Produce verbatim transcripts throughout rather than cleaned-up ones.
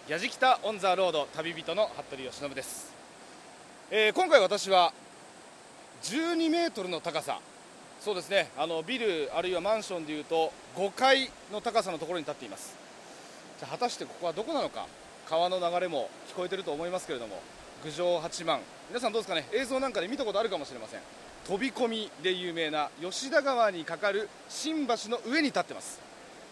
やじきたオンザロード旅人の服部由伸です、えー、今回私はじゅうにメートルの高さ、そうですね、あのビルあるいはマンションでいうとごかいの高さのところに立っています。じゃあ果たしてここはどこなのか。川の流れも聞こえていると思いますけれども、郡上八幡、皆さんどうですかね、映像なんかで見たことあるかもしれません。飛び込みで有名な吉田川にかかる新橋の上に立ってます。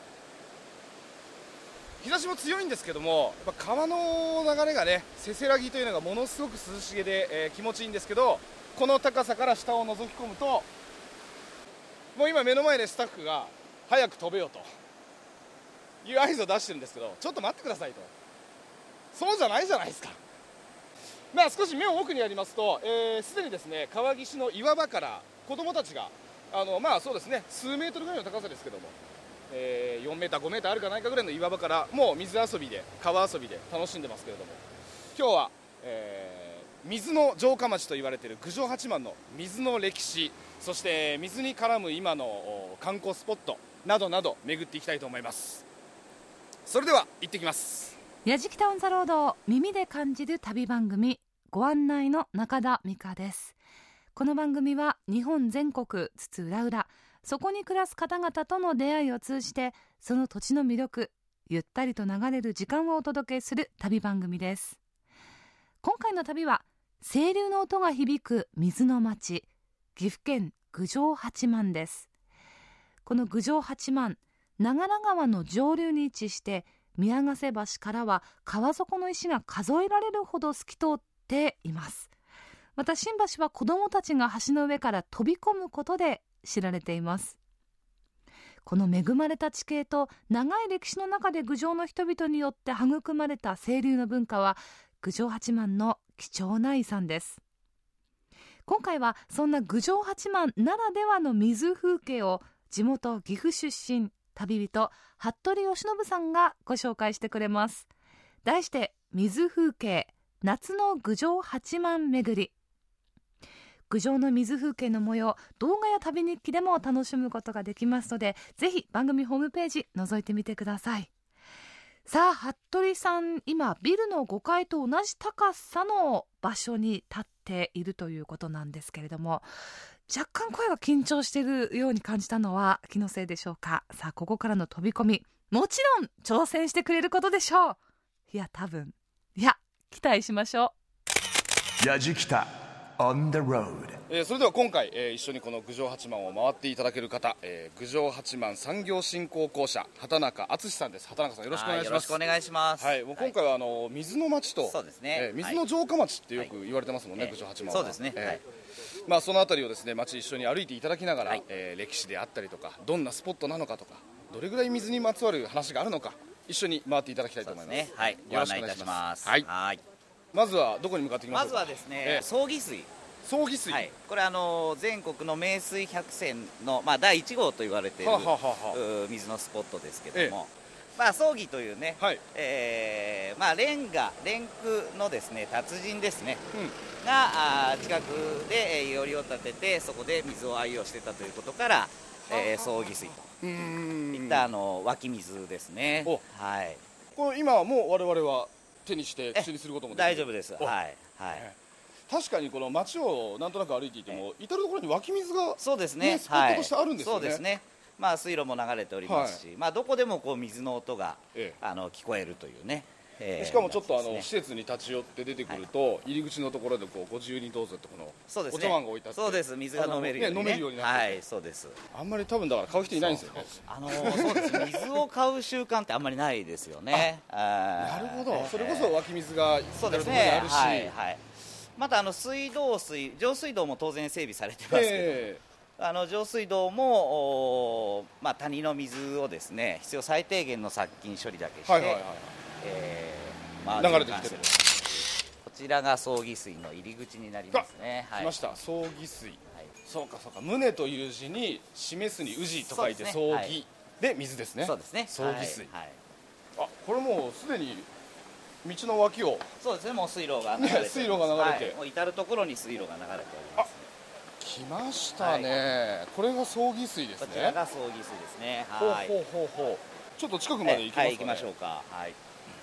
日差しも強いんですけども、やっぱ川の流れがね、せせらぎというのがものすごく涼しげで、えー、気持ちいいんですけど、この高さから下を覗き込むと、もう今目の前でスタッフが早く飛べよという合図を出してるんですけど、ちょっと待ってくださいと、そうじゃないじゃないですか。まあ少し目を奥にやりますと、すで、えー、にですね、川岸の岩場から子どもたちがあのまあそうですね、数メートルぐらいの高さですけども、えー、よんメーターごメーターあるかないかぐらいの岩場からもう水遊びで川遊びで楽しんでますけれども、今日は、えー、水の城下町と言われている郡上八幡の水の歴史、そして水に絡む今の観光スポットなどなど巡っていきたいと思います。それでは行ってきます。 やじきたオンザロード、耳で感じる旅番組、ご案内の中田美香です。この番組は日本全国津々浦々、そこに暮らす方々との出会いを通じて、その土地の魅力、ゆったりと流れる時間をお届けする旅番組です。今回の旅は清流の音が響く水の町、岐阜県郡上八幡です。この郡上八幡、長良川の上流に位置して、宮ヶ瀬橋からは川底の石が数えられるほど透き通っています。また新橋は子どもたちが橋の上から飛び込むことで知られています。この恵まれた地形と長い歴史の中で郡上の人々によって育まれた清流の文化は、郡上八幡の貴重な遺産です。今回はそんな郡上八幡ならではの水風景を、地元岐阜出身旅人服部由伸さんがご紹介してくれます。題して水風景、夏の郡上八幡巡り。郡上の水風景の模様、動画や旅日記でも楽しむことができますので、ぜひ番組ホームページ覗いてみてください。さあ服部さん、今ビルのごかいと同じ高さの場所に立っているということなんですけれども、若干声が緊張しているように感じたのは気のせいでしょうか。さあここからの飛び込み、もちろん挑戦してくれることでしょう。いや多分いや期待しましょう。やじきた on the road、 えー、それでは今回、えー、一緒にこの郡上八幡を回っていただける方、えー、郡上八幡産業振興公社畑中敦さんです。畑中さん、よろしくお願いします。 よろしくお願いします。 はい、もう今回はあの水の町と、 そうですね、 えー、水の城下町ってよく言われてますもんね、 はい、 郡上八幡は。 そうですね、 えーはい、 まあ、そのあたりをですね、町一緒に歩いていただきながら、 はい、 えー、歴史であったりとか、どんなスポットなのかとか、どれぐらい水にまつわる話があるのか、一緒に回っていただきたいと思います。 そうですね、はい、 よろしくお願いします。はい、 はい、 まずはどこに向かっていきましょうか。 まずはですね、 えー、 葬儀水。 葬儀水、 はい、これあの全国の名水百選の、まあ、だいいち号と言われている、はあはあはあ、水のスポットですけども、ええ、まあ、葬儀というね、はい、えーまあ、レンガ連句のですね達人ですね、うん、があ近くで、えー、よりを立てて、そこで水を愛用してたということから、えー、葬儀水といったあの湧き水ですね。はい、 これ今はもう我々は手にして口にすることもできる。 大丈夫です。はい、はい、 確かにこの街をなんとなく歩いていても、至る所に湧き水が、ね、 そうですね、 スポットとしてあるんですよね。 はい、そうですね、まあ、水路も流れておりますし、はい、まあ、どこでもこう水の音が、ええ、あの聞こえるというね、えー、 しかもちょっとあの、ね、施設に立ち寄って出てくると、はい、入り口のところでこうご自由にどうぞってこのお茶碗が置いてあって、 そうです、水が飲めるように、ね、 ね、飲めるようになってて、 はい、そうです。 あんまり多分だから買う人いないんですよね。 あのー、そうです、水を買う習慣ってあんまりないですよね。 あなるほど、えー、それこそ湧き水が至る所にあるし、 はいはい、またあの水道水、上水道も当然整備されてますけど、えー、あの上水道も、まあ、谷の水をですね、必要最低限の殺菌処理だけして、はいはいはい、えーまあ、 流れてきてる。 こちらが葬儀水の入り口になりますね。 来ました、はい、葬儀水、はい、そうかそうか、宗という字に示すに氏と書いて葬儀、ね、はい、で水ですね。 そうですね、 葬儀水、 はいはい、 あ、これもうすでに道の脇を、 そうですね、もう水路が流れて、ね、 水路が流れて、 はい、もう至る所に水路が流れております。 来ましたね、はい、これが葬儀水ですね。 こちらが葬儀水ですね。 はい、ほうほうほうほう、ちょっと近くまで行きますかね。 はい、行きましょうか。はい、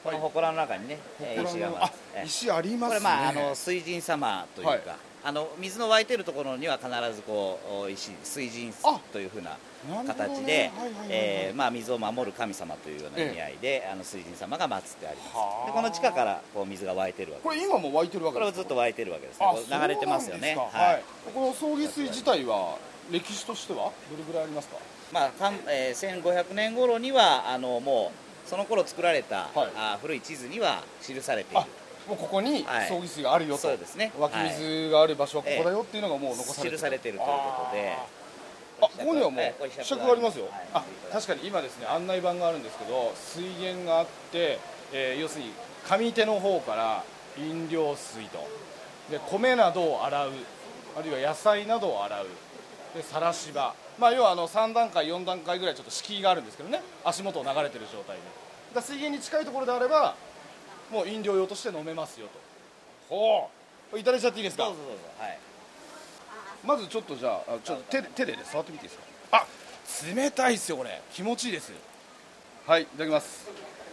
この祠の中にね、えー石があ、石ありますね。 これまああの水神様というか、 はい、 あの水の湧いてるところには必ずこう石水神というふうな形で、えーまあ水を守る神様というような意味合いで、えー、あの水神様が祀ってあります。でこの地下からこう水が湧いてるわけです。 これ今も湧いてるわけですか。 これはずっと湧いてるわけですね。流れてますよね。 はい。この葬儀水自体は歴史としてはどれぐらいありますか。 まあ、えー、せんごひゃくねん頃にはあのもうその頃作られた、はい、あ古い地図には記されている。 もうここに葬儀水があるよと、 はい、そうですね、 湧き水がある場所はここだよっていうのがもう残されている、 記されているということで、 あ、ここにはもう尺がありますよ、はい、あ、確かに今ですね案内板があるんですけど、水源があって、えー、要するに上手の方から飲料水とで米などを洗う、あるいは野菜などを洗うでさらし場、まあ、要はあのさん段階よん段階ぐらいちょっと敷居があるんですけどね、足元を流れてる状態で、だ水源に近いところであればもう飲料用として飲めますよと。ほう、いただいちゃっていいですか。 どうぞどうぞ。はい、 まずちょっとじゃあちょっと 手, 手で、ね、触ってみていいですか。あ、冷たいですよこれ、気持ちいいです。はい、いただきます。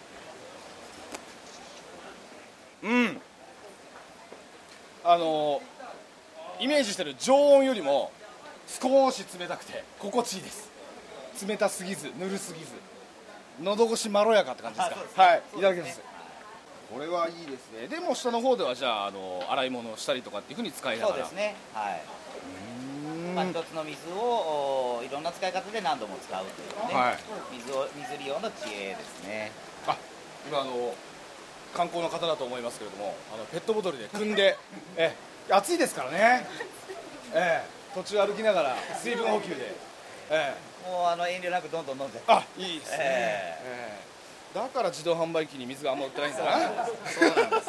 うん、あのイメージしてる常温よりも少し冷たくて心地いいです。冷たすぎずぬるすぎず喉越しまろやかって感じですか。すはい、いただきます。これはいいですね。でも下の方ではじゃあ、あの洗い物をしたりとかっていうふうに使いながら。 そうですね、はい、まあ、一つの水をいろんな使い方で何度も使うというね、はい、水を水利用の知恵ですね。 あ、今あの観光の方だと思いますけれども、あのペットボトルで汲んでえ暑いですからね、えー、途中歩きながら水分補給で、えー、もうあの遠慮なくどんどん飲んで。 あ、いいですね、えーえーだから自動販売機に水があんま売ってないんだな。 そうなんです。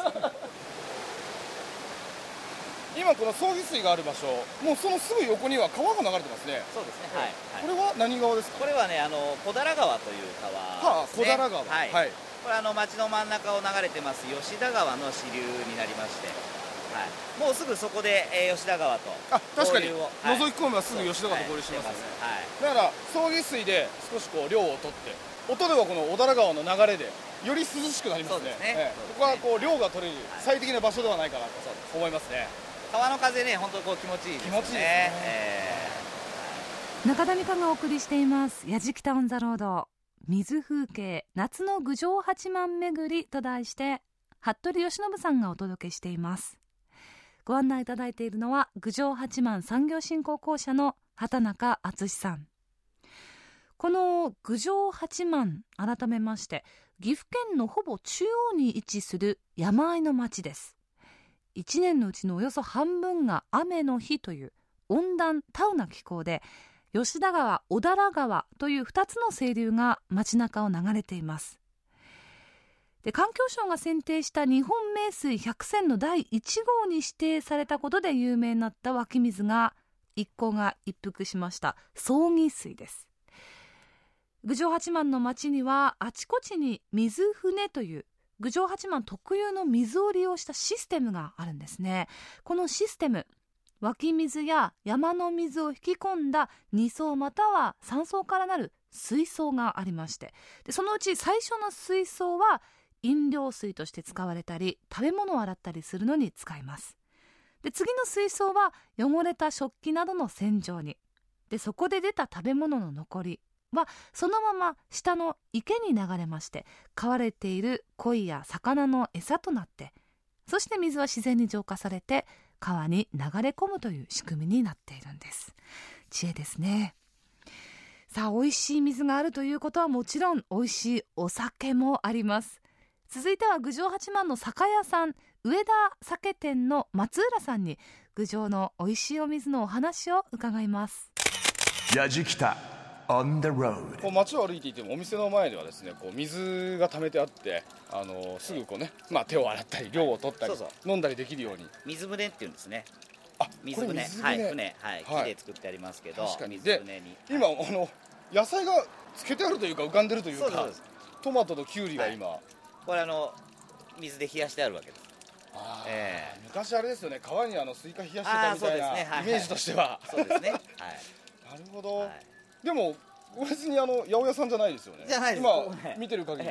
今この葬儀水がある場所、もうそのすぐ横には川が流れてますね。 そうですね、はい、 これは何川ですか。 これはね、あの小平川という川ですね。 はあ、小平川、 はい、はい、これあの町の真ん中を流れてます吉田川の支流になりまして、はい、もうすぐそこで、えー、吉田川とあ、確かに、 はい、 覗き込めばすぐ吉田川と合流してますね、 はい、 だから葬儀水で少しこう量を取って音ではこの小平川の流れでより涼しくなりますね。そうですね、ええ、ここはこう量が取れる最適な場所ではないかなと思いますね。 川の風ね、本当こう気持ちいいですね。 気持ちいいですね、 えー、中田美香がお送りしていますやじきたオンザロード、水風景夏の郡上八幡巡りと題して服部義信さんがお届けしています。ご案内いただいているのは郡上八幡産業振興公社の畑中敦さん。この郡上八幡、改めまして岐阜県のほぼ中央に位置する山あいの町です。いちねんのうちのおよそ半分が雨の日という温暖多雨な気候で、吉田川、小平川というふたつの清流が町中を流れています。で、環境省が選定した日本名水百選のだいいち号に指定されたことで有名になった湧き水が一行が一服しました葬儀水です。郡上八幡の町にはあちこちに水船という郡上八幡特有の水を利用したシステムがあるんですね。このシステム、湧き水や山の水を引き込んだに層またはさん層からなる水槽がありまして、でそのうち最初の水槽は飲料水として使われたり食べ物を洗ったりするのに使います。で次の水槽は汚れた食器などの洗浄に、でそこで出た食べ物の残りはそのまま下の池に流れまして、飼われている鯉や魚の餌となって、そして水は自然に浄化されて川に流れ込むという仕組みになっているんです。知恵ですね。さあ、美味しい水があるということはもちろん美味しいお酒もあります。続いては郡上八幡の酒屋さん、上田酒店の松浦さんに郡上の美味しいお水のお話を伺います。 やじきたOn the road。 こう街を歩いていてもお店の前ではですね、こう水が溜めてあって、あのー、すぐこうね、まあ、手を洗ったり量を取ったり、そうそう飲んだりできるように水舟っていうんですね。 あ、 水舟、 水舟、 はい、船、はい、木で作ってありますけど、 確かに水舟に、 で、はい、今あの野菜がつけてあるというか浮かんでるというか、そうですトマトとキュウリが今、はい、 これあの水で冷やしてあるわけです。 あ、えー、昔あれですよね、川にあのスイカ冷やしてたみたいな、ね、はい、イメージとしてはそうですね、はい、 なるほど、はい、でも別にあの八百屋さんじゃないですよね。 じゃないです。 今見てる限り、ええ、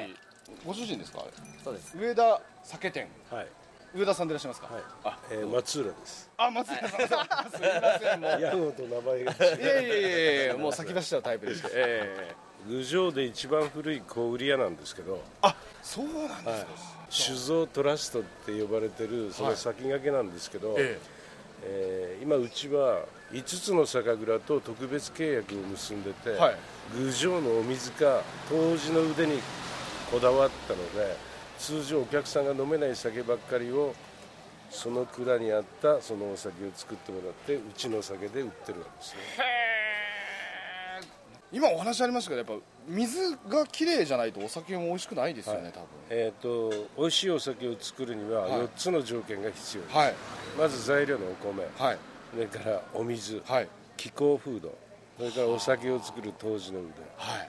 ご主人ですか？ そうです。 上田酒店。 はい。 上田さんでいらっしゃいますか？ はい。 あ、 えー、松浦です。 あ、松浦さん。すみません、もう。 ヤゴと名前が違う。 いやいやいやいや、もう先出しちゃうタイプでして。ええー、郡上で一番古い小売屋なんですけど。 あ、そうなんですか。はい、 酒造トラストって呼ばれてるその先駆けなんですけど、はい、ええー、今うちはいつつの酒蔵と特別契約を結んでて、はい、郡上のお水か杜氏の腕にこだわったので、通常お客さんが飲めない酒ばっかりをその蔵にあったそのお酒を作ってもらってうちの酒で売ってるわけですね。 へー、今お話ありましたけど、やっぱ水がきれいじゃないとお酒も美味しくないですよね、はい、多分。 えーと美味しいお酒を作るにはよっつの条件が必要です、はい、まず材料のお米、はい、それからお水、はい、気候風土、それからお酒を作る杜氏の腕、はい、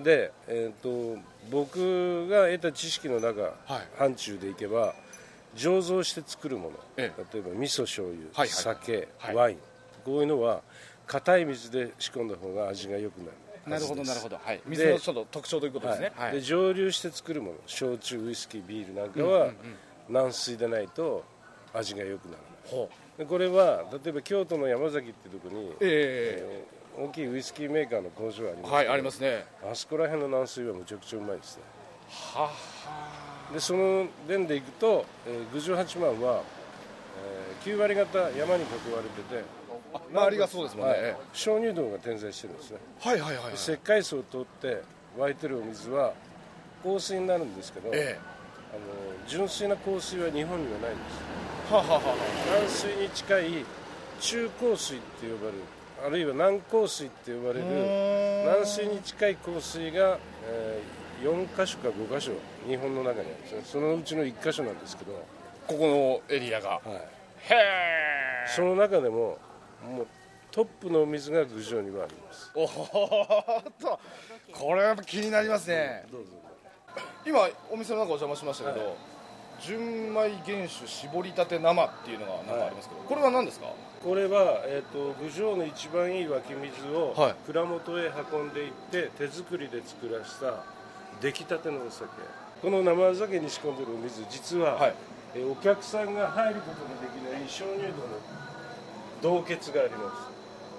で、えーと僕が得た知識の中、はい、範疇でいけば醸造して作るもの、ええ、例えば味噌醤油、はいはい、酒、はい、ワイン、こういうのは硬い水で仕込んだ方が味が良くなる。 なるほどなるほど、はい、水のちょっと特徴ということですね。 はいはい、で蒸留して作るもの、焼酎、ウイスキー、ビールなんかは軟水でないと味が良くなる、うんうん、でこれは例えば京都の山崎っていうところに、えーえー、大きいウイスキーメーカーの工場あります、ね、 はい、ありますね。 あそこら辺の軟水はむちゃくちゃうまいですね。ははでその伝でいくと、えー、郡上八幡は、えー、きゅう割方山に囲われてて、 周りがそうですもんね、はい、 鍾乳洞が点在してるんですね。 はいはいはい、はい、 石灰層を通って湧いてるお水は硬水になるんですけど、ええ、あの純粋な硬水は日本にはないんです。はははは軟水に近い中硬水って呼ばれる、あるいは軟硬水って呼ばれる軟水に近い硬水が、えー、よんかしょかごかしょ日本の中にあるんですね。そのうちのいっかしょなんですけど、 ここのエリアが、はい、へえ。その中でももうトップのお水が郡上にはあります。 おーっと、これはやっぱ気になりますね。どうぞ。今お店の中お邪魔しましたけど、はい、純米原酒搾りたて生っていうのがなんかありますけど、はい、これは何ですか？ これは、えーと、郡上の一番いい湧き水を蔵元へ運んでいって手作りで作らした出来たてのお酒。この生酒に仕込んでるお水、実は、はい、えお客さんが入ることができない鍾乳洞の洞穴があります。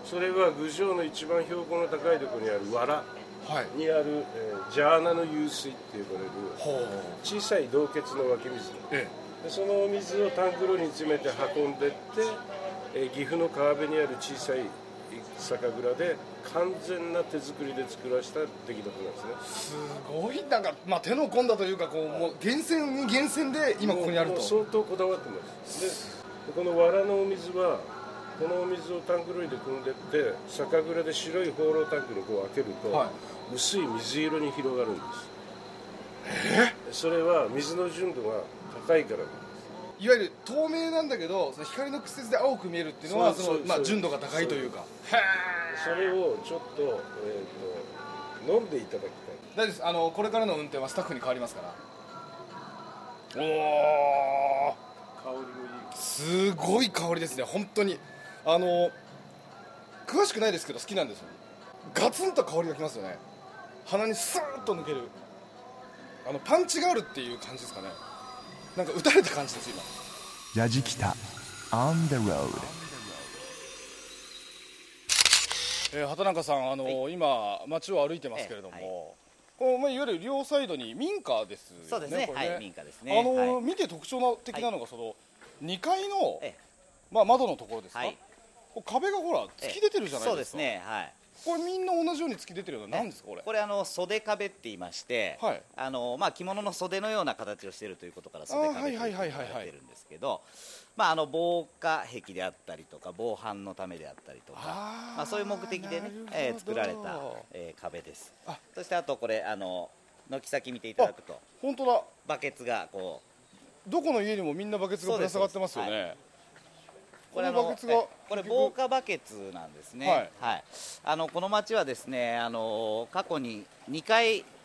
それは郡上の一番標高の高いところにある藁にある、えー、ジャーナの湧水って呼ばれる小さい洞穴の湧き水、ええ、でそのお水をタンクローに詰めて運んでって、えー、岐阜の川辺にある小さい酒蔵で完全な手作りで作らせた出来立てなんですね。 すごい、なんか、まあ、手の込んだというか、こうもう厳選に厳選で今ここにあると。もう相当こだわってます。でこの藁のお水はこのお水をタンクローリーで汲んでって酒蔵で白い放浪タンクにこう開けると、はい、薄い水色に広がるんです。えー、それは水の純度が高いからなんです。 いわゆる透明なんだけど光の屈折で青く見えるっていうのはその、まあ、純度が高いというか。 へー、それをちょっと、えー、と飲んでいただきたい。 大丈夫です。あのこれからの運転はスタッフに変わりますから。おー、 香りもいい。 すごい香りですね、本当に。あの詳しくないですけど好きなんですよ。ガツンと香りがきますよね。鼻にスーッと抜ける、あのパンチがあるっていう感じですかね。なんか打たれた感じです今。 ラジキタ On the road。 えー、畑中さん、あのーはい、今街を歩いてますけれども、えーはい、このいわゆる両サイドに民家ですよね。 そうですね、これね、はい、民家ですね。 あのーはい、見て特徴的なのがそのにかいの、えーまあ、窓のところですか、はい、壁がほら突き出てるじゃないですか。 そうですね、はい。 これみんな同じように突き出てるような、何ですかこれ。 これあの袖壁って言いまして、はい、あのまあ、着物の袖のような形をしているということから袖壁と言われてるんですけど、まあ、あの防火壁であったりとか防犯のためであったりとか、あ、まあ、そういう目的でね、えー、作られた、えー、壁です。そしてあとこれあの軒先見ていただくと、 本当だ、 バケツがこうどこの家にもみんなバケツがぶら下がってますよね。 これあのこれ防火バケツなんですね。はいはい、あのこの町はですね、あの過去ににかい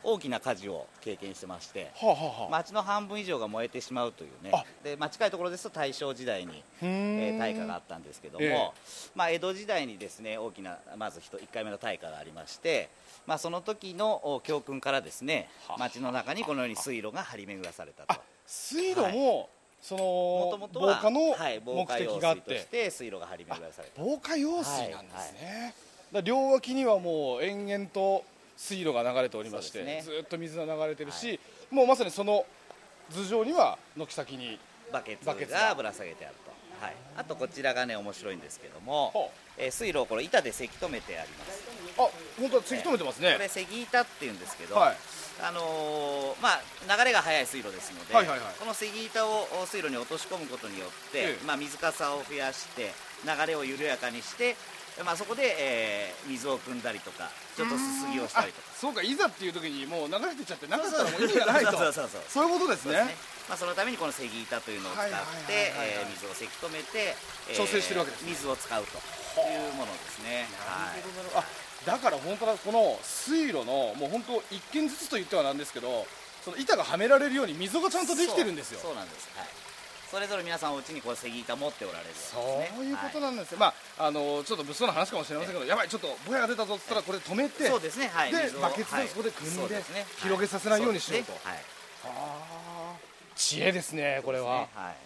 大きな火事を経験してまして、 はあはあはあ、 町の半分以上が燃えてしまうというね。で、まあ、近いところですと大正時代に、えー、大火があったんですけども、えーまあ、江戸時代にですね大きなまずいっかいめの大火がありまして、まあ、その時の教訓からですね町の中にこのように水路が張り巡らされたと。 あ、水路も、はい、その防火の目的があって、はい、防火用水として水路が張り巡らされた。 防火用水なんですね、はいはい、だ両脇にはもう延々と水路が流れておりまして、ね、ずっと水が流れてるし、はい、もうまさにその頭上には軒先にバケツがぶら下げてあると、はい、あとこちらがね面白いんですけども、えー、水路をこれ板でせき止めてあります。 あ、本当だ、せき止めてますね。 これせぎ板っていうんですけど、はい、あのー、まあ、流れが速い水路ですので、はいはいはい、このせぎ板を水路に落とし込むことによって、ええまあ、水かさを増やして流れを緩やかにして、まあ、そこで、えー、水を汲んだりとかちょっとすすぎをしたりとか。 そうか、いざっていう時にもう流れてっちゃってなかったらもう意味がないとそうそうそうそうそういうことですね。そうですね、まあ、 そのためにこのせぎ板というのを使って水をせき止めて、 えー、調整してるわけです、ね、 水を使うというものですね。 なるほど、はい、あ、だから本当だ、この水路のもう本当一軒ずつと言ってはなんですけど、その板がはめられるように溝がちゃんとできてるんですよ。 そう、そうなんです、はい、それぞれ皆さんお家にこうせぎ板持っておられる、ね、 そういうことなんですよ、はい、まあ、あのちょっと物騒な話かもしれませんけど、えー、やばいちょっとぼやが出たぞって言ったらこれ止めて、 そうですね、はい、 でバケツでそこで汲んで、はい、広げさせないようにしようと、はい、はあ、知恵ですねこれは、ね、はい、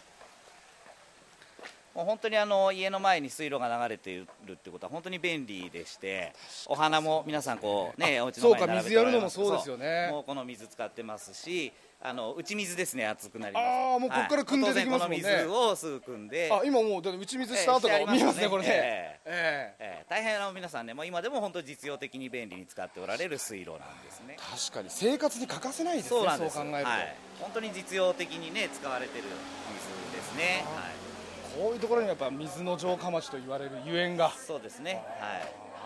もう本当にあの家の前に水路が流れているってことは本当に便利でして、お花も皆さんこうね、お家の前に並べておられます。 そうか、水やるのもそうですよね。 もうこの水使ってますし、あの打ち水ですね、熱くなります。 ああ、もうここから汲んでできますもんね。 当然この水をすぐ汲んで、 あ、今もう打ち水した後が見えますね、これね。 えーえーえー、大変な皆さんね、もう今でも本当に実用的に便利に使っておられる水路なんですね。 確かに生活に欠かせないですね。そうなんです。そう考えると、はい、 本当に実用的にね使われてる水ですね。はい、 こういうところにやっぱ水の城下町と言われるゆえんが。 そうですね。はい。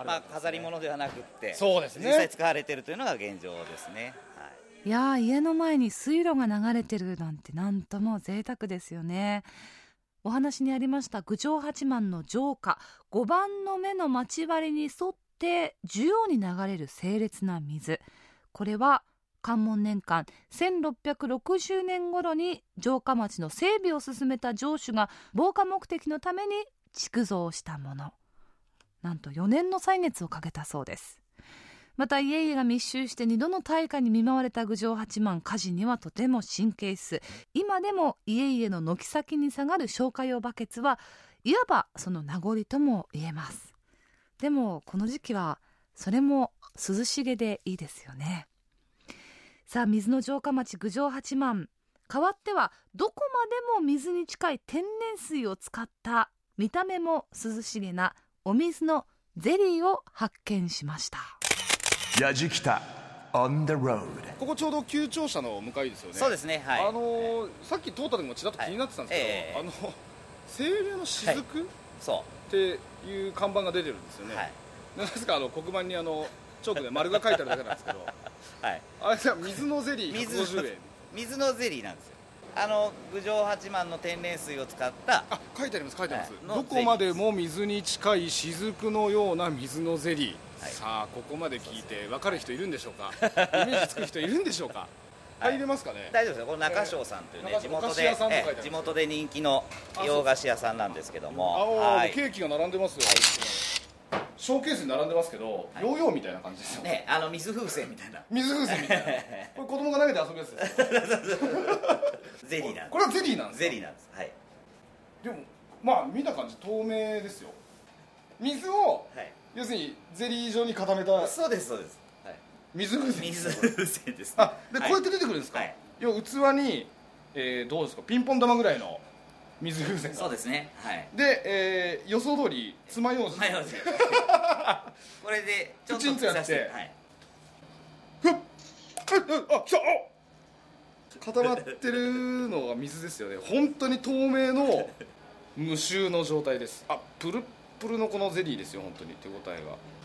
まあ飾り物ではなくって、 そうですね、 実際使われているというのが現状ですね。はい、 いやー、家の前に水路が流れてるなんてなんとも贅沢ですよね。お話にありました郡上八幡の城下、ごばんの目の町割りに沿って縦横に流れる清冽な水、これは関門年間せんろっぴゃくろくじゅうねん頃に城下町の整備を進めた城主が防火目的のために築造したもの。なんとよねんの歳月をかけたそうです。また家々が密集してにどの大火に見舞われた郡上八幡、火事にはとても神経質。今でも家々の軒先に下がる消火用バケツはいわばその名残とも言えます。でもこの時期はそれも涼しげでいいですよね。さあ、水の城下町郡上八幡、代わってはどこまでも水に近い天然水を使った見た目も涼しげなお水のゼリーを発見しました。 やじきた on the road。 ここちょうど旧庁舎の向かいですよね。 そうですね、はい、 あのー、さっき通った時もちらっと気になってたんですけど、はい、えー、あの清流の雫、はい、そうっていう看板が出てるんですよね。はい、なんですか、あの黒板にあのチョークで丸が書いてあるだけなんですけどはい、あれじゃ水のゼリーひゃくごじゅうえん。 水のゼリーなんですよ。あの郡上八幡の天然水を使った、 あ、書いてあります書いてあります、はい、どこまでも水に近い雫のような水のゼリー、はい、さあここまで聞いて分かる人いるんでしょうかイメージつく人いるんでしょうか入れますかね。 大丈夫ですよ。この中庄さんというね、えー、地元でえ地元で人気の洋菓子屋さんなんですけども、 あ、はい、ケーキが並んでますよ、はい、ショーケースに並んでますけど、はい、ヨーヨーみたいな感じですよね。あの水風船みたいな水風船みたいなこれ子供が投げて遊ぶやつですゼリーなんです。 これはゼリーなんですか。 ゼリーなんです。はい。 でもまあ見た感じ透明ですよ。水を、はい、要するにゼリー状に固めた。 そうですそうです、はい、 水風船。 水風船です、ね、 あ、で、はい、こうやって出てくるんですか。はい、要は器に、えー、どうですか、ピンポン玉ぐらいの水風船が。 そうですね、はい、 で、えー、予想通り爪楊枝これでちょっとプチンとやって、はい、ふっ、あ、来た、あ、固まってるのが水ですよね。本当に透明の無臭の状態です。あ、プルップルのこのゼリーですよ、本当に手応え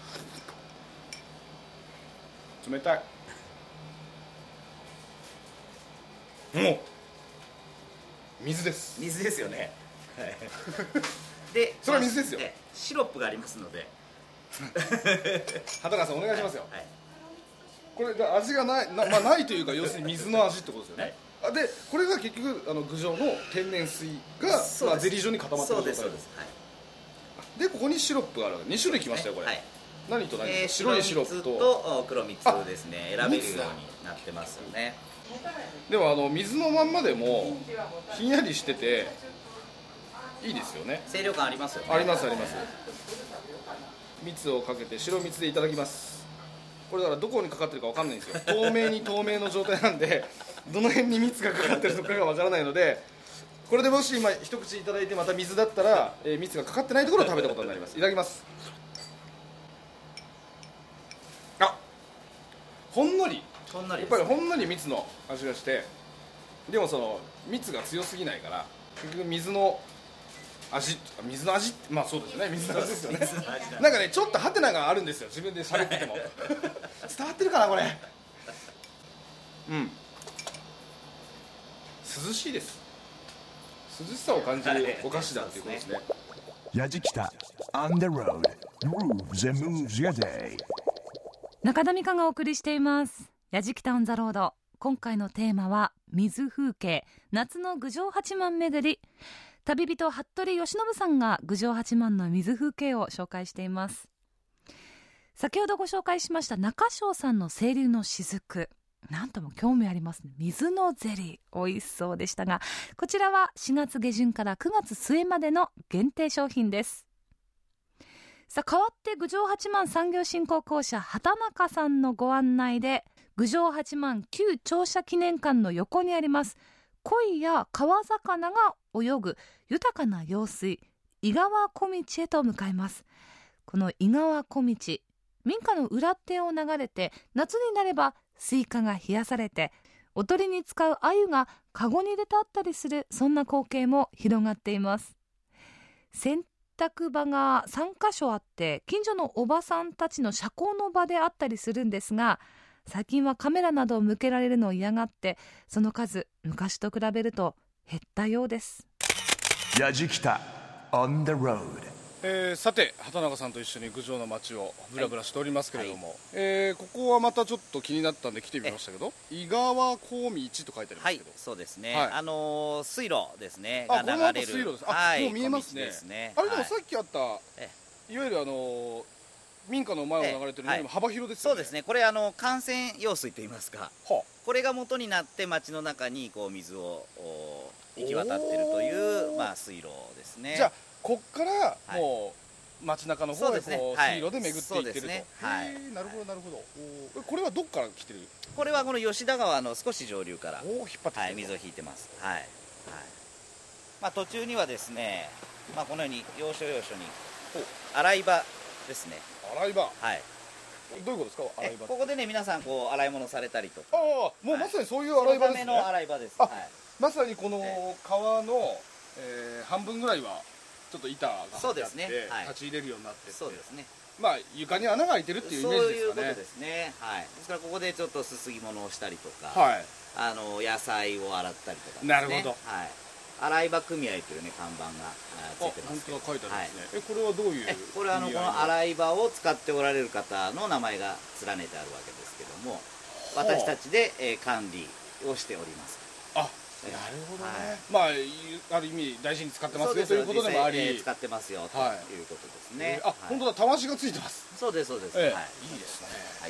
が。冷たい。もう水です。 水ですよね。で、 それは水ですよ。 シロップがありますので畑中さんお願いしますよ。はい、 これ味がないな、まあ、ないというか要するに水の味ってことですよね、はい、でこれが結局あの郡上の天然水が、まあ、ゼリー状に固まってる状態です。そうです、はい、でここにシロップがあるに種類きましたよこれ、はい、何と何、えー、白いシロップと黒蜜ですね、選べるようになってますよね。 でもあの水のまんまでもひんやりしてていいですよね。 清涼感ありますよね。 ありますあります。蜜をかけて白蜜でいただきます。これだからどこにかかってるかわかんないんですよ。透明に透明の状態なんでどの辺に蜜がかかってるのかがわからないので、これでもし今一口いただいてまた水だったら、えー、蜜がかかってないところを食べたことになります。いただきます。あ、ほんのりほんのり、 やっぱりほんのり蜜の味がして、でもその蜜が強すぎないから結局水の味、水の味って、まあそうですよね、水の味ですよね。なんかね、ちょっとハテナがあるんですよ、自分で喋ってても伝わってるかなこれ。うん、涼しいです。涼しさを感じるお菓子だっていうことですね。 やじきた On the road Grooves and moves your day。 中田美香がお送りしていますやじきたオンザロード。今回のテーマは水風景、夏の郡上八幡巡り。旅人服部義信さんが郡上八幡の水風景を紹介しています。先ほどご紹介しました中庄さんの清流の雫、なんとも興味ありますね。水のゼリー美味しそうでしたが、こちらはしがつげじゅんからくがつすえまでの限定商品です。さあ、変わって郡上八幡産業振興公社畑中さんのご案内で、郡上八幡旧庁舎記念館の横にあります鯉や川魚が泳ぐ豊かな用水、井川小道へと向かいます。この井川小道、民家の裏手を流れて、夏になればスイカが冷やされて、おとりに使う鮎がカゴに入れてあったりする、そんな光景も広がっています。洗濯場がさんかしょあって、近所のおばさんたちの社交の場であったりするんですが、最近はカメラなどを向けられるのを嫌がって、その数昔と比べると減ったようです。 やじきた On the road。 えー、さて畑中さんと一緒に郡上の街をブラブラしておりますけれども、はい、えー、ここはまたちょっと気になったんで来てみましたけど、井川小道と書いてありますけど、はい、 そうですね、はい、あのー、水路ですねが流れる、 水路です。あ、はい、もう見えますね。ですね、あれでもさっきあった、はい、いわゆるあのー民家の前を流れてるのにも幅広ですよね。 そうですね、これあの幹線用水といいますか、はあ、これが元になって町の中にこう水を行き渡っているという、まあ、水路ですね。 じゃあこっからもう街中の方へこう水路で巡っていってると。そうですね、はい、なるほどなるほど。これはどっから来てる？ これはこの吉田川の少し上流からお引っ張って、 はい、水を引いてます。はい、はい、まあ、途中にはですね、まあ、このように要所要所に洗い場ですね。 洗い場、 はい、 どういうことですか？洗い場、 ここでね皆さんこう洗い物されたりとか、 ああ、もうまさにそういう洗い場ですね。 そのための洗い場です。はい、 まさにこの川の、えー、半分ぐらいはちょっと板が張ってあって、ね、はい、立ち入れるようになってて、 そうですね、 まあ床に穴が開いてるっていうイメージですかね。 そういうことですね。はい、ですからここでちょっとすすぎ物をしたりとか、 はい、 あの野菜を洗ったりとかですね。 なるほど。 はい、洗い場組合というね看板がついてますけど、 あ、本当だ、書いてあるんですね。はい、え、これはどういう？ これはあのこの洗い場を使っておられる方の名前が連ねてあるわけですけども、私たちで、えー、管理をしております。 あ、なるほどね。はい、まあある意味大事に使ってますよということでもあり、 えー、使ってますよということですね。 えー、あ、はい、本当だ、たわしがついてます。 そうですそうです。 えー、 はい、 いいですね。 はい。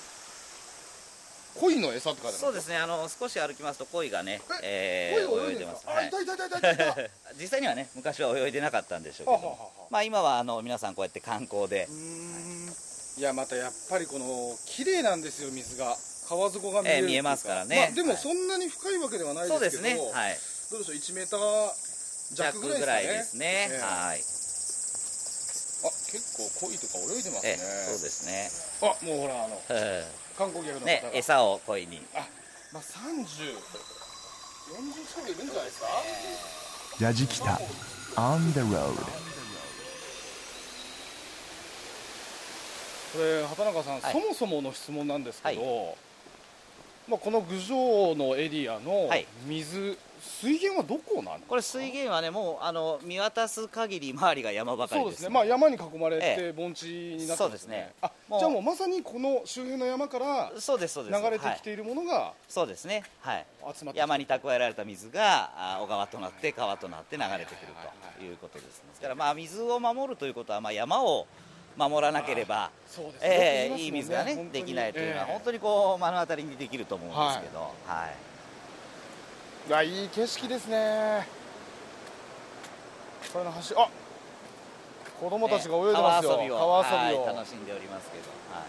鯉の餌って書いてある。 そうですね、あの少し歩きますと鯉がね、 えー、泳いでます。あ、いたいたいたいたいた。 実際にはね昔は泳いでなかったんでしょうけど、はははまあ今はあの皆さんこうやって観光で。うーん、いや、またやっぱりこの綺麗なんですよ、水が。川底が見える、 えー、見えますからね。 まあ、でもそんなに深いわけではないですけど、そうですね、はい、どうでしょう、いちメーター弱ぐらいですね。 ですね、えー、はい。 あ、結構鯉とか泳いでますね。 えー、そうですね。 あ、もうほらあの観光客の方が、 ね、餌を鯉に。 あ、まあさんじゅう、よんじゅう近くいるんじゃないですか。 やじきた On the road。 これ畑中さん、はい、そもそもの質問なんですけど、はい、まあこの郡上のエリアの水水源はどこなんですか？ これ水源はね、もうあの見渡す限り周りが山ばかりです。 そうですね、まあ、山に囲まれて、 ええ、 盆地になってますね。そうですね。あ、 もうじゃあもうまさにこの周辺の山からそうですそうです流れてきているものが、はい、 そうですね、はい、 集まって山に蓄えられた水があ小川となって川となって流れてくるということですね。ですからまあ水を守るということは、まあ山を守らなければ、そうですね、えー、いい水が、ね、できないというのは、えー、本当にこう目の当たりにできると思うんですけど、はいはい、 いや、いい景色ですね。これの橋、あ、子供たちが泳いでますよ、 ね、川遊びを、川遊びを、はい、楽しんでおりますけど、はい、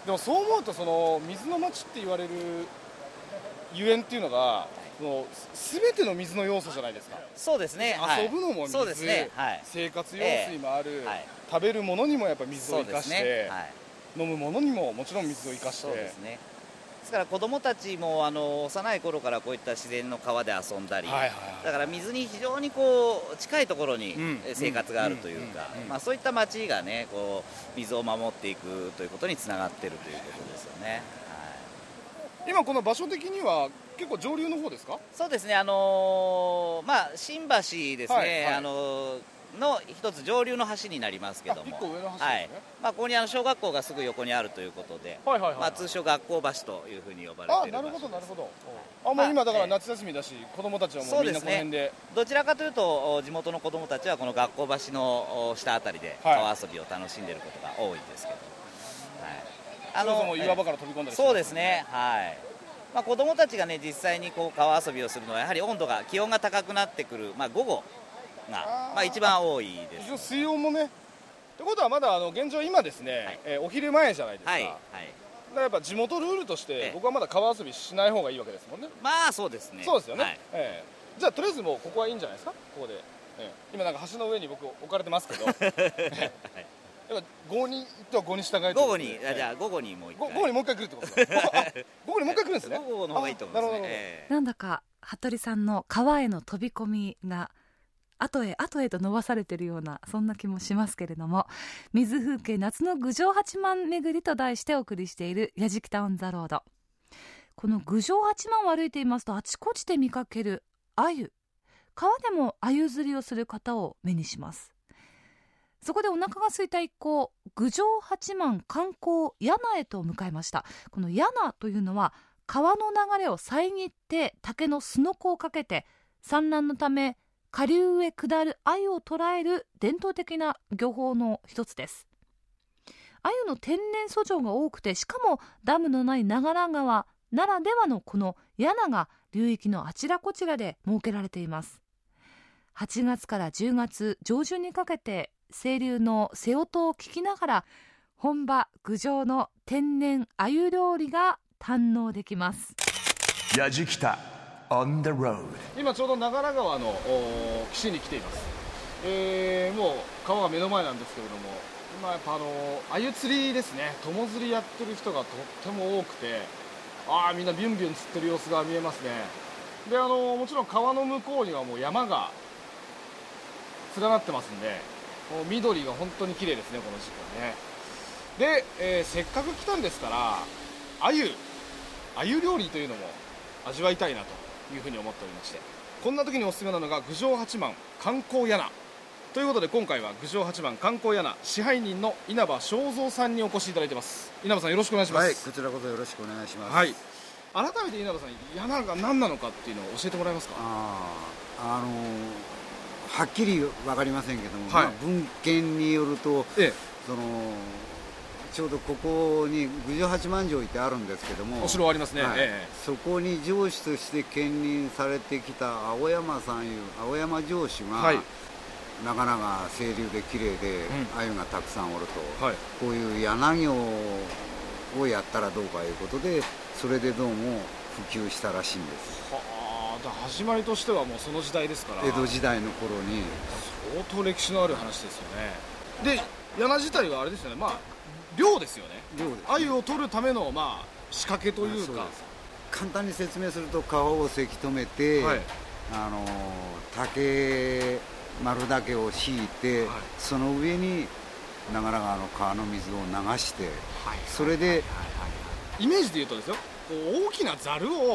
でもそう思うと、その水の町って言われるゆえんっていうのが、もう全ての水の要素じゃないですか。 そうですね、 遊ぶのも水、はい、ね、はい、生活用水もある、えーはい、食べるものにもやっぱ水を生かして、ね、はい、飲むものにももちろん水を生かして、 そうですね。ですから子どもたちもあの幼い頃からこういった自然の川で遊んだり、はいはいはい、だから水に非常にこう近いところに生活があるというか、そういった町がね、こう水を守っていくということにつながっているということですよね。 はい、今この場所的には結構上流の方ですか？ そうですね、あのー、まあ新橋ですね、はいはい、あのーの一つ上流の橋になりますけども、 一個上の橋ですね、 はい、まあ、ここにあの小学校がすぐ横にあるということで、はいはいはいはい、まあ、通称学校橋というふうに呼ばれている場所です。あ、なるほどなるほど。 あ、もう今だから夏休みだし、子どもたちはもうみんなこの辺で、 ね、どちらかというと地元の子どもたちはこの学校橋の下あたりで川遊びを楽しんでいることが多いんですけど、 はい、あのそもそも岩場から飛び込んだりして、 そうですね、はい、まあ、子どもたちがね実際にこう川遊びをするのはやはり温度が気温が高くなってくる、まあ、午後がまあ一番多いです。 一応水温もね。ってことはまだあの現状今ですね、はい、えー、お昼前じゃないですか。はいはい、だからやっぱ地元ルールとして僕はまだ川遊びしない方がいいわけですもんね。 まあそうですね。 そうですよね。はい、えー、じゃあとりあえずもうここはいいんじゃないですか。ここで、えー、今なんか橋の上に僕置かれてますけど。はい、やっぱ午後に行っては午後に従えて、 午後に、じゃあ午後にもう一回午後にもう一回来るってことですか？午後にもう一回来るんですね。 午後の方がいいと思いますね。えー、なんだか服部さんの川への飛び込みが後へ後へと伸ばされているようなそんな気もしますけれども、水風景夏の郡上八幡巡りと題してお送りしているやじきたオンザロード。この郡上八幡を歩いていますとあちこちで見かける鮎、川でも鮎釣りをする方を目にします。そこでお腹が空いた一行、郡上八幡観光柳へと向かいました。この柳というのは川の流れを遮って竹のすのこをかけて産卵のため下流へ下る鮎を捕らえる伝統的な漁法の一つです。鮎の天然遡上が多くて、しかもダムのない長良川ならではのこの柳が流域のあちらこちらで設けられています。はちがつからじゅうがつ上旬にかけて清流の瀬音を聞きながら本場郡上の天然鮎料理が堪能できます。 やじきたOn the road。 今ちょうど長良川の岸に来ています。えー、もう川が目の前なんですけれども、今やっぱあの鮎釣りですね、友釣りやってる人がとっても多くて、ああみんなビュンビュン釣ってる様子が見えますね。であのもちろん川の向こうにはもう山が連なってますんで、もう緑が本当に綺麗ですね、この時期はね。で、えー、せっかく来たんですから鮎鮎料理というのも味わいたいなというふうに思っておりまして、こんな時におすすめなのが郡上八幡観光柳ということで、今回は郡上八幡観光柳支配人の稲葉正蔵さんにお越しいただいてます。稲葉さんよろしくお願いします。 はい、こちらこそよろしくお願いします。 はい、改めて稲葉さん、柳が何なのかっていうのを教えてもらえますか？ ああのー、はっきり分かりませんけども、はい、まあ、文献によると、ええ、そのちょうどここに郡上八幡城ってあるんですけども、 お城ありますね、はい、ええ、 そこに城主として兼任されてきた青山さんいう青山城主が、はい、なかなか清流で綺麗で鮎、うん、がたくさんおると、はい、こういう柳業をやったらどうかいうことで、それでどうも普及したらしいんです。 はあ、だ始まりとしてはもうその時代ですから、 江戸時代の頃に相当歴史のある話ですよね。で柳自体はあれですよね、まあ漁ですよね。漁ですね。鮎を取るための、まあ、仕掛けというか、 簡単に説明すると川をせき止めて、はい、あの竹丸竹を敷いて、はい、その上に長良川の川の水を流して、はい、それで、はいはいはいはい、 イメージで言うとですよ、こう大きなざるを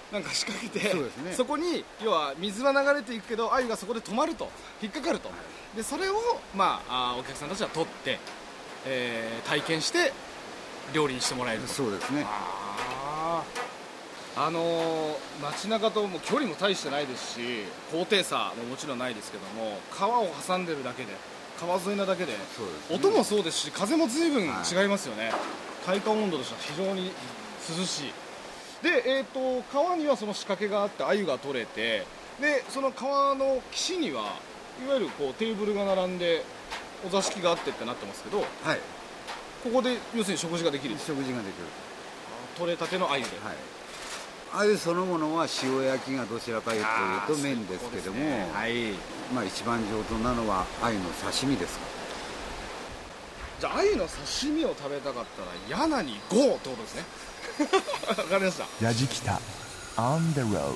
なんか仕掛けてそうですね、 そこに要は水は流れていくけど鮎がそこで止まると、引っかかると、でそれを、まあ、あお客さんたちは取って、えー、体験して料理にしてもらえると。 そうですね。 ああのー、街中とも距離も大してないですし、高低差ももちろんないですけども、川を挟んでるだけで、川沿いなだけで、 そうですね、 音もそうですし風も随分違いますよね、はい、体感温度としては非常に涼しい。で、えー、と川にはその仕掛けがあって鮎が取れて、でその川の岸にはいわゆるこうテーブルが並んでお座敷があってってなってますけど、はい、ここで要するに食事ができる。 食事ができる。 取れたての鮎で、 はい、鮎そのものは塩焼きがどちらかというと麺ですけども、ね、はい、まあ、一番上等なのは鮎の刺身ですか。 じゃあ鮎の刺身を食べたかったら柳にゴーってことですね。わかりました。 やじきた On the road。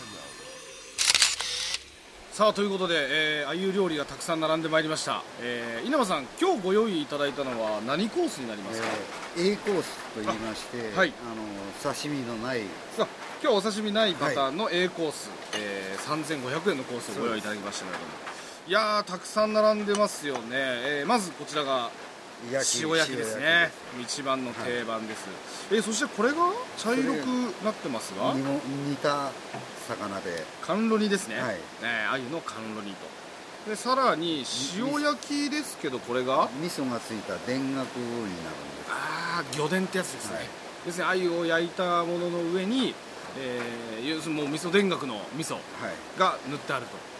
さあということで、えー、鮎料理がたくさん並んでまいりました、えー、稲葉さん、今日ご用意いただいたのは何コースになりますか？ えー、A コースと言いまして、はい、あの刺身のない、 さあ今日お刺身ないパターンの A コース、はい、えー、さんぜんごひゃくえんのコースをご用意いただきましたけれども、いやーたくさん並んでますよね、えー、まずこちらが塩焼きですね。一番の定番です、はい、えー、そしてこれが茶色くなってますが煮た魚で甘露煮ですね、 はい、 えー、鮎の甘露煮と、でさらに塩焼きですけど、これが味噌がついた田楽になるんです。 ああ、魚田ってやつですね、はい、要するに鮎を焼いたものの上に、えー、要するにもう味噌田楽の味噌が塗ってあると、はい、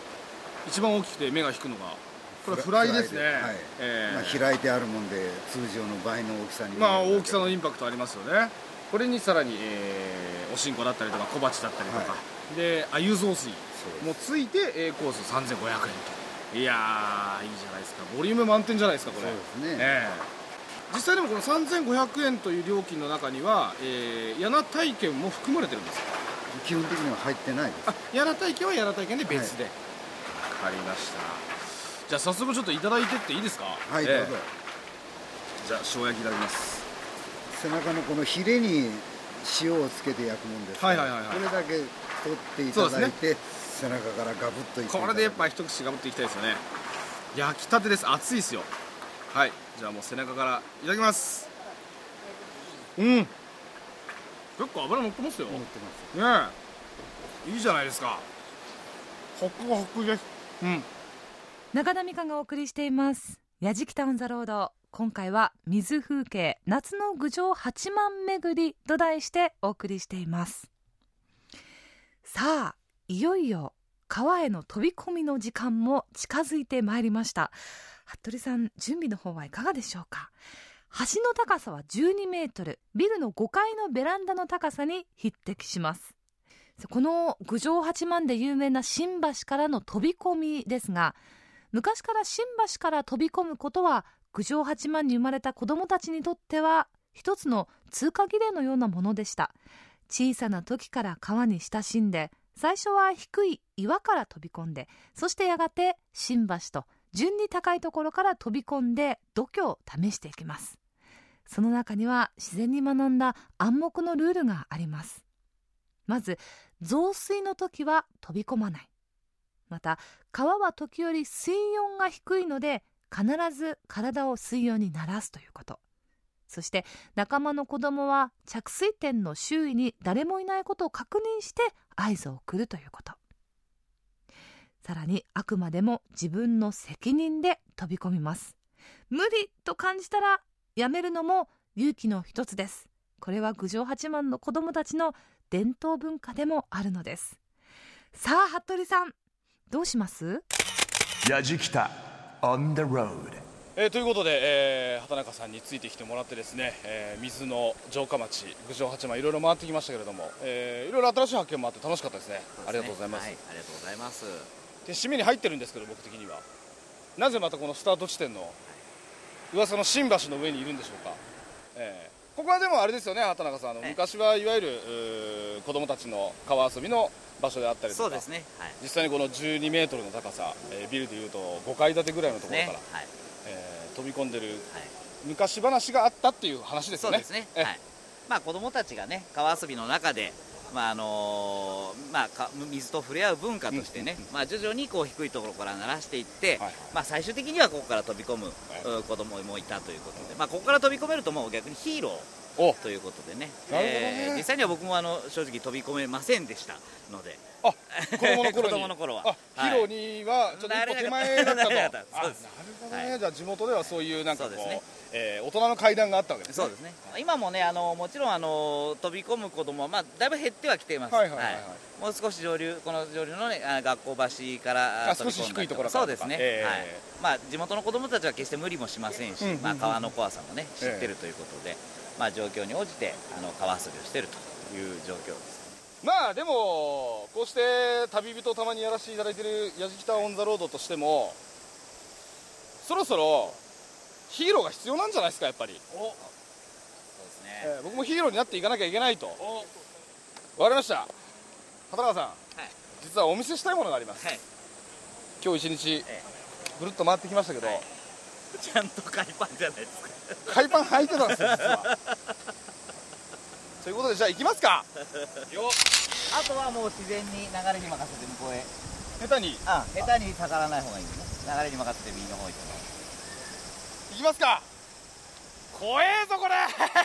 一番大きくて目が引くのがこれフライですね、はい、 えーまあ、開いてあるもんで通常の倍の大きさに、 まあ大きさのインパクトありますよね。これにさらに、えー、おしんこだったりとか小鉢だったりとか、はい、で鮎雑炊もついて A コースさんぜんごひゃくえんと、いやーいいじゃないですか、ボリューム満点じゃないですかこれ。 そうですね、 えー、実際でもこのさんぜんごひゃくえんという料金の中には、えー、柳体験も含まれてるんですか？ 基本的には入ってないです。 あ、柳体験は柳体験で別で、はい、分かりました。じゃあ早速ちょっといただいてっていいですか？ はい、どうぞ、えー、じゃあ塩焼きいただきます。 背中のこのヒレに塩をつけて焼くもんですから、はいはいはいはい、これだけ取っていただいて、ね、背中からガブッといって、 これでやっぱ一口ガブッといきたいですよね。焼きたてです、熱いですよ。はい、じゃあもう背中からいただきます。うん、結構脂乗ってますよ。乗ってますね。いいじゃないですか、ホクホクです。うん、 中田美香がお送りしていますやじきたオンザロード。今回は水風景夏の郡上八幡巡りと題してお送りしています。さあいよいよ川への飛び込みの時間も近づいてまいりました。服部さん、準備の方はいかがでしょうか？橋の高さはじゅうにメートル、ビルのごかいのベランダの高さに匹敵します。この郡上八幡で有名な新橋からの飛び込みですが、昔から新橋から飛び込むことは郡上八幡に生まれた子どもたちにとっては一つの通過儀礼のようなものでした。小さな時から川に親しんで、最初は低い岩から飛び込んで、そしてやがて新橋と順に高いところから飛び込んで度胸を試していきます。その中には自然に学んだ暗黙のルールがあります。まず増水の時は飛び込まない。また川は時折水温が低いので必ず体を水温に慣らすということ。そして仲間の子供は着水点の周囲に誰もいないことを確認して合図を送るということ。さらにあくまでも自分の責任で飛び込みます。無理と感じたらやめるのも勇気の一つです。これは郡上八幡の子供たちの伝統文化でもあるのです。さあ服部さん、どうします？ やじきた On the road。 えー、ということで、えー、畑中さんについてきてもらってですね、えー、水の城下町郡上八幡いろいろ回ってきましたけれども、えー、いろいろ新しい発見もあって楽しかったですね。 そうですね、 ありがとうございます。 はい、ありがとうございます。 で締めに入ってるんですけど、僕的にはなぜまたこのスタート地点の噂の新橋の上にいるんでしょうか。えー、ここはでもあれですよね、畑中さん、あの昔はいわゆる子供たちの川遊びの場所であったりとか、 そうですね、はい、 実際にこのじゅうにメートルの高さ、えー、ビルでいうとごかい建てぐらいのところから、ね、はい、えー、飛び込んでる、はい、昔話があったっていう話ですよね。 そうですね、はい、まあ、子どもたちがね川遊びの中でまああのーまあ、か水と触れ合う文化としてね、うんうん、まあ、徐々にこう低いところから慣らしていって、はいはい、まあ、最終的にはここから飛び込む、はい、子供もいたということで、まあ、ここから飛び込めるともう逆にヒーローということでね、えー、実際には僕もあの正直飛び込めませんでしたので、 あ、子供の頃に子供の頃はあ、ヒーローにはちょっと一歩手前だったと。そうです。 なるほどね、はい、じゃあ地元ではそういうなんかこう、 そうですね、 えー、大人の階段があったわけですね。 そうですね。今もね、あのもちろんあの飛び込む子供はまあだいぶ減ってはきています。はいはいはいはい、はい、もう少し上流、この上流のね、学校橋から飛び込んだりとか、 少し低いところからとか、 そうですね、 えー、 はい、まあ、地元の子供たちは決して無理もしませんし、うんうんうん、まあ、川の怖さもね知ってるということで、えー、まあ、状況に応じてあの川遊びをしているという状況です。 まあでもこうして旅人をたまにやらせていただいているやじきたオンザロードとしても、そろそろヒーローが必要なんじゃないですか、やっぱり。お、そうですね、 えー、僕もヒーローになっていかなきゃいけないと。わかりました。畑中さん、はい、実はお見せしたいものがあります。はい、今日一日、ええ、ぐるっと回ってきましたけど、はい、 ちゃんと海パンじゃないですか。 海パン履いてたんですよ、実は。ということで、じゃあ行きますか。 よあとはもう自然に流れに任せて向こうへ。 下手にああ、下手に逆らわない方がいいですね。流れに任せて右の方行って行きますか。怖えぞこれ。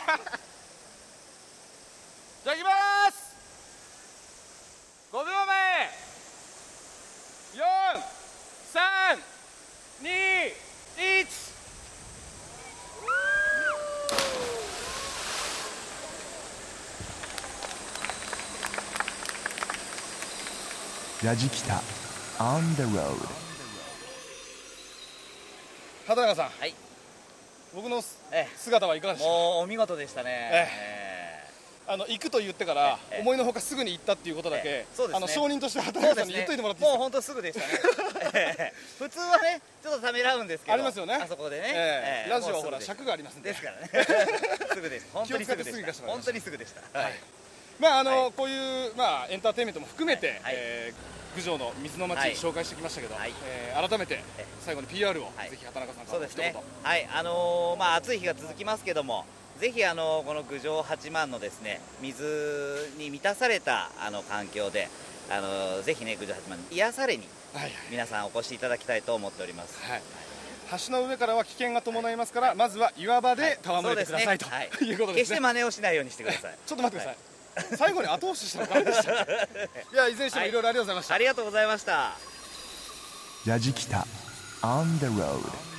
じゃあ行きます。ごびょうまえ、よん、さん、に、いち。 やじきた on the road。 畑中さん、 はい、 僕の姿はいかがでしたか。 もうお見事でしたね。ええー、あの行くと言ってから、ええ、思いのほかすぐに行ったっていうことだけ、ええ、ね、あの証人として畑中さんに言っといてもらっていいですか。 もう本当すぐでしたね。普通はねちょっとためらうんですけど、 ありますよね、 あそこでね、 ええ、ラジオはほら尺がありますんで。 ですからね。すぐです。本当にすぐでした。本当にすぐでした。はい、 まああの、はい、こういう、まあ、エンターテインメントも含めて、はい、えー郡上の水の町、はい、紹介してきましたけど、はい、えー、改めて最後に ピーアール を、はい、ぜひ畑中さんから一言。そうですね、 はい、あのー、まあ、暑い日が続きますけども、ぜひ、あのー、この郡上八幡のですね水に満たされたあの環境で、あのー、ぜひね郡上八幡に癒されに、はいはい、皆さんお越しいただきたいと思っております。はい、 橋の上からは危険が伴いますから、はい、まずは岩場で戯れてください、はい、と、はい、いうことですね。 決して真似をしないようにしてください。 ちょっと待ってください、はい、最後に後押ししたの誰でしたっけ。いや、いずれにしてもいろいろありがとうございました、 はい、ありがとうございました。 やじきた on the road。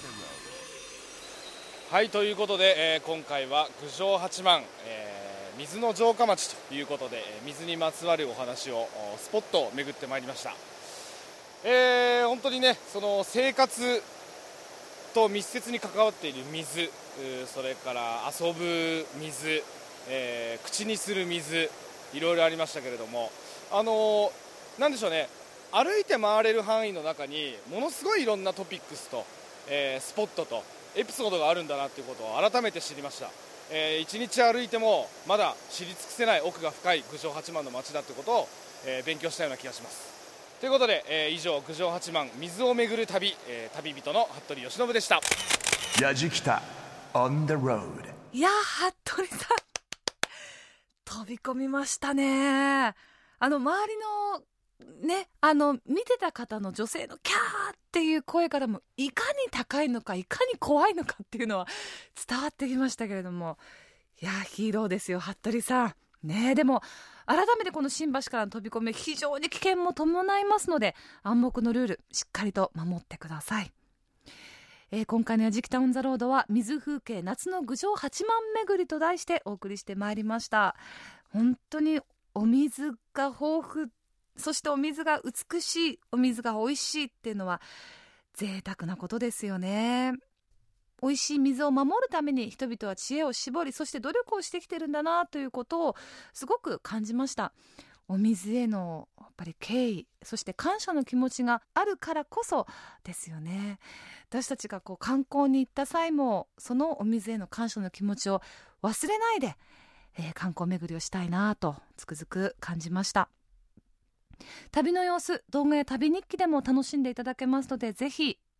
はい、ということで、えー、今回は郡上八幡、えー、水の城下町ということで、水にまつわるお話をスポットを巡ってまいりました。えー、本当にね、その生活と密接に関わっている水、それから遊ぶ水、えー、口にする水、いろいろありましたけれども、あのー、なんでしょうね、歩いて回れる範囲の中にものすごいいろんなトピックスと、えー、スポットとエピソードがあるんだなということを改めて知りました。えー、一日歩いてもまだ知り尽くせない奥が深い郡上八幡の街だということを、えー、勉強したような気がします。ということで、えー、以上郡上八幡水を巡る旅、えー、旅人の服部由伸でした。 やじきた on the road。 いやー、服部さん飛び込みましたね。あの周りのね、あの見てた方の女性のキャーっていう声からもいかに高いのかいかに怖いのかっていうのは伝わってきましたけれども、いやヒーローですよ服部さんね。でも改めてこの新橋からの飛び込み非常に危険も伴いますので、暗黙のルールしっかりと守ってください。えー、今回のやじきたオンザロードは水風景夏の郡上八幡巡りと題してお送りしてまいりました。本当にお水が豊富、そしてお水が美しい、お水が美味しいっていうのは贅沢なことですよね。美味しい水を守るために人々は知恵を絞り、そして努力をしてきてるんだなということをすごく感じました。お水へのやっぱり敬意、そして感謝の気持ちがあるからこそですよね。私たちがこう観光に行った際もそのお水への感謝の気持ちを忘れないで、えー、観光巡りをしたいなとつくづく感じました。旅の様子、動画や旅日記でも楽しんでいただけますので、ぜひ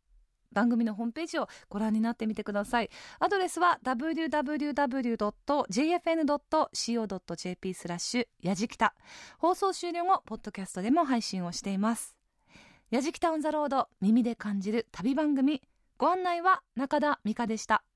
番組のホームページをご覧になってみてください。アドレスは ダブリューダブリューダブリュードットジェイエフエヌドットシーオードットジェーピー スラッシュやじきた。放送終了後ポッドキャストでも配信をしています。やじきたオンザロード、耳で感じる旅番組、ご案内は中田美香でした。